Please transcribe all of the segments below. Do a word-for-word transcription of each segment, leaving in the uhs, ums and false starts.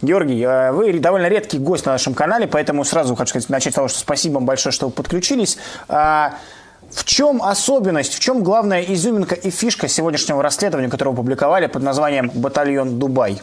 Георгий, вы довольно редкий гость на нашем канале, поэтому сразу хочу сказать, начать с того, что спасибо вам большое, что вы подключились. В чем особенность, в чем главная изюминка и фишка сегодняшнего расследования, которое вы опубликовали под названием «Батальон Дубай»?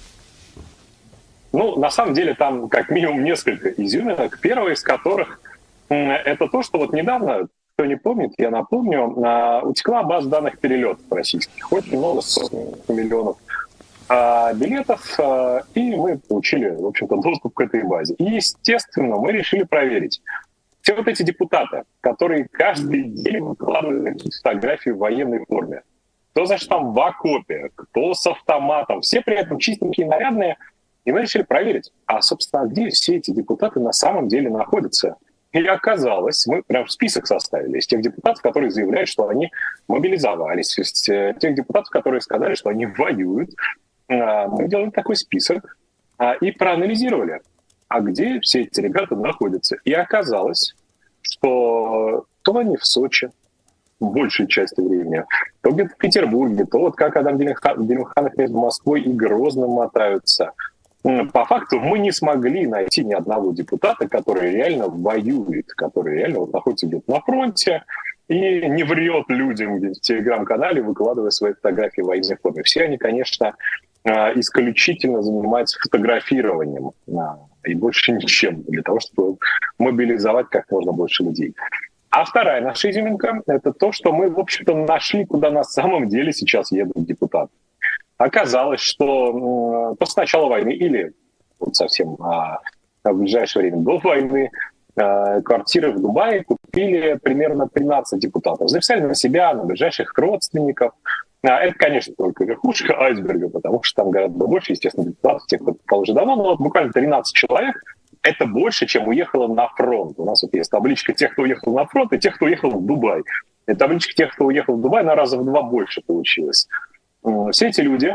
Ну, на самом деле, там как минимум несколько изюминок. Первая из которых – это то, что вот недавно, кто не помнит, я напомню, утекла база данных перелетов российских. Очень много, сотен миллионов билетов, и мы получили, в общем-то, доступ к этой базе. И, естественно, мы решили проверить. Все вот эти депутаты, которые каждый день выкладывают фотографии в военной форме, кто, значит, там в окопе, кто с автоматом, все при этом чистенькие, нарядные. И мы решили проверить, а, собственно, где все эти депутаты на самом деле находятся. И оказалось, мы прям список составили из тех депутатов, которые заявляют, что они мобилизовались, из тех депутатов, которые сказали, что они воюют. Мы делали такой список и проанализировали, а где все эти ребята находятся. И оказалось, что то они в Сочи большей части времени, то где-то в Петербурге, то вот как Адам Делимханов между Москвой и Грозным мотаются. По факту мы не смогли найти ни одного депутата, который реально воюет, который реально вот находится где-то на фронте и не врет людям в телеграм-канале, выкладывая свои фотографии в военной форме. Все они, конечно, исключительно занимаются фотографированием и больше ничем, для того, чтобы мобилизовать как можно больше людей. А вторая наша изюминка – это то, что мы, в общем-то, нашли, куда на самом деле сейчас едут депутаты. Оказалось, что после начала войны или вот совсем а, в ближайшее время до войны а, квартиры в Дубае купили примерно тринадцать депутатов. Записали на себя, на ближайших родственников. А, это, конечно, только верхушка айсберга, потому что там гораздо больше, естественно, депутатов, тех, кто попал уже давно, но вот буквально тринадцать человек. Это больше, чем уехало на фронт. У нас вот есть табличка тех, кто уехал на фронт, и тех, кто уехал в Дубай. И табличка тех, кто уехал в Дубай, на раза в два больше получилось. Все эти люди,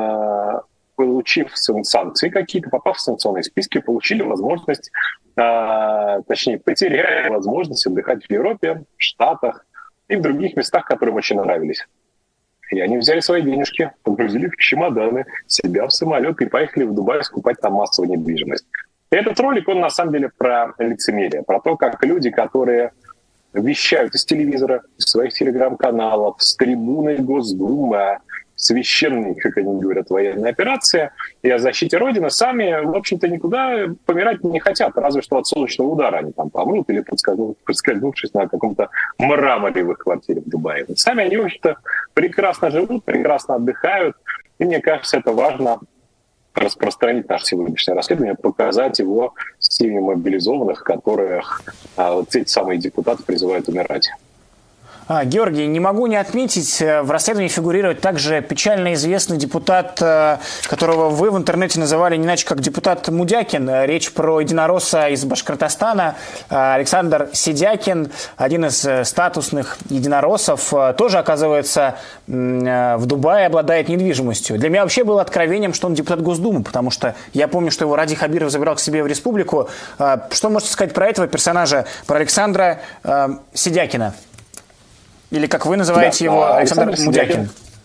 получив санкции какие-то, попав в санкционные списки, получили возможность, точнее, потеряли возможность отдыхать в Европе, в Штатах и в других местах, которые им очень нравились. И они взяли свои денежки, погрузили в чемоданы, себя в самолет и поехали в Дубай скупать там массовую недвижимость. И этот ролик, он на самом деле про лицемерие, про то, как люди, которые вещают из телевизора, из своих телеграм-каналов, с трибуны Госдумы, священной, как они говорят, военной операции и о защите Родины, сами, в общем-то, никуда помирать не хотят, разве что от солнечного удара они там помрут или подскользнувшись на каком-то мраморе в их квартире в Дубае. Сами они, в общем-то, прекрасно живут, прекрасно отдыхают, и мне кажется, это важно распространить наше сегодняшнее расследование, показать его с теми мобилизованных, которых а, вот эти самые депутаты призывают умирать. А, Георгий, не могу не отметить, в расследовании фигурирует также печально известный депутат, которого вы в интернете называли не иначе как депутат Мудякин. Речь про единоросса из Башкортостана, Александр Сидякин, один из статусных единороссов, тоже, оказывается, в Дубае обладает недвижимостью. Для меня вообще было откровением, что он депутат Госдумы, потому что я помню, что его Ради Хабиров забирал к себе в республику. Что можете сказать про этого персонажа, про Александра Сидякина? Или, как вы называете да, его, Александр, Александр Мудякин.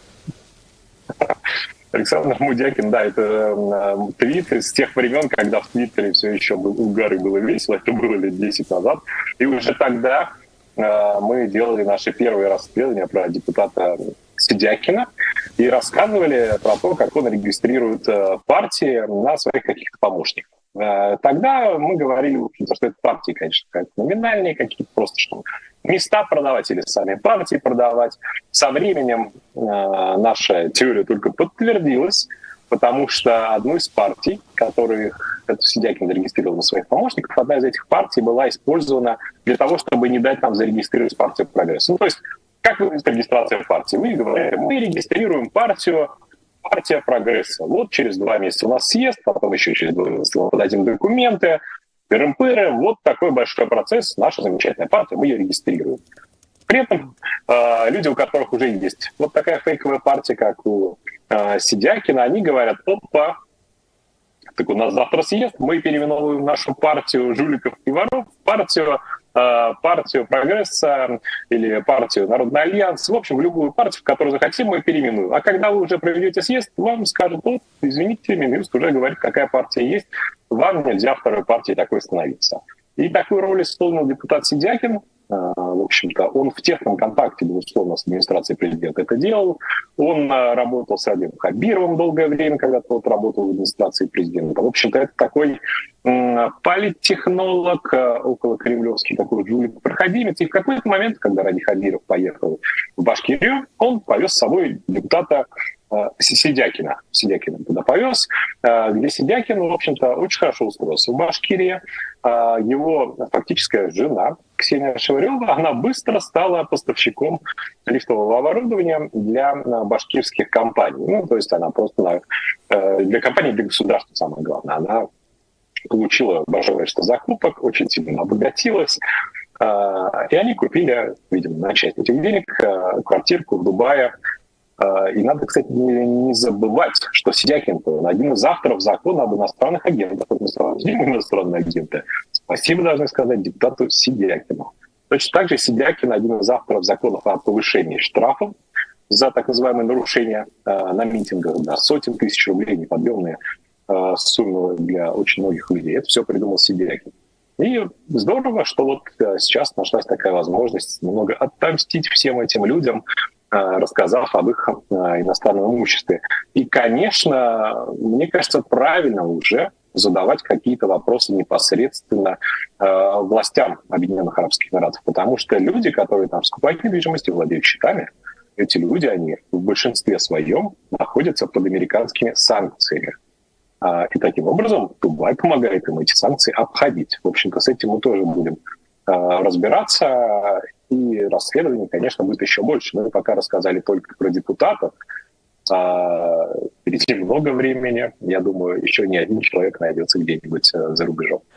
Александр Мудякин, да, это э, твит с тех времен, когда в Твиттере все еще был угар и было весело, это было лет десять назад. И уже тогда э, мы делали наши первые расследования про депутата Сидякина и рассказывали про то, как он регистрирует э, партии на своих каких-то помощников. Э, тогда мы говорили, что это партии, конечно, как номинальные какие-то, просто что места продавать или сами партии продавать. Со временем э, наша теория только подтвердилась, потому что одну из партий, которых Сидякин зарегистрировал на своих помощников, одна из этих партий была использована для того, чтобы не дать нам зарегистрировать партию «Прогресс». Ну, то есть, как выглядит регистрация партии? Мы говорим, мы регистрируем партию «Партия Прогресса». Вот через два месяца у нас съезд, потом еще через два месяца мы подадим документы, пырым-пыры, вот такой большой процесс, наша замечательная партия, мы ее регистрируем. При этом э, люди, у которых уже есть вот такая фейковая партия, как у э, Сидякина, они говорят, опа, так у нас завтра съезд, мы переименовываем нашу партию жуликов и воров в партию партию «Прогресса» или партию «Народный альянс», в общем, в любую партию, в которую захотим, мы переименуем. А когда вы уже проведете съезд, вам скажут: вот, извините, Минюст уже говорит, какая партия есть, вам нельзя второй партией такой становиться. И такую роль исполнил депутат Сидякин. В общем-то, он в тесном контакте, безусловно, с администрацией президента это делал. Он работал с Радимом Хабировым долгое время, когда тот работал в администрации президента. В общем-то, это такой политтехнолог, около кремлевский такой жулик-проходимец. И в какой-то момент, когда Ради Хабиров поехал в Башкирию, он повез с собой депутата Сидякина. Сидякина туда повез, где Сидякин, в общем-то, очень хорошо устроился в Башкирии. Его фактическая жена Ксения Шеварева, она быстро стала поставщиком лифтового оборудования для башкирских компаний. Ну, то есть она просто для компаний, для государства, самое главное. Она получила большое количество закупок, очень сильно обогатилась. И они купили, видимо, на часть этих денег квартирку в Дубае. И надо, кстати, не забывать, что Сидякин — один из авторов закона об иностранных агентах. Иностранные агенты. Спасибо, должны сказать, депутату Сидякину. Точно так же Сидякин — один из авторов законов о повышении штрафов за так называемые нарушения на митингах до сотен тысяч рублей, неподъемные суммы для очень многих людей. Это все придумал Сидякин. И здорово, что вот сейчас нашлась такая возможность немного отомстить всем этим людям, рассказав об их иностранном имуществе. И, конечно, мне кажется, правильно уже задавать какие-то вопросы непосредственно э, властям Объединенных Арабских Эмиратов, потому что люди, которые там скупают недвижимость и владеют счетами, эти люди, они в большинстве своем находятся под американскими санкциями. Э, и таким образом Дубай помогает им эти санкции обходить. В общем-то, с этим мы тоже будем э, разбираться. И расследований, конечно, будет еще больше. Мы пока рассказали только про депутатов. А впереди много времени. Я думаю, еще не один человек найдется где-нибудь за рубежом.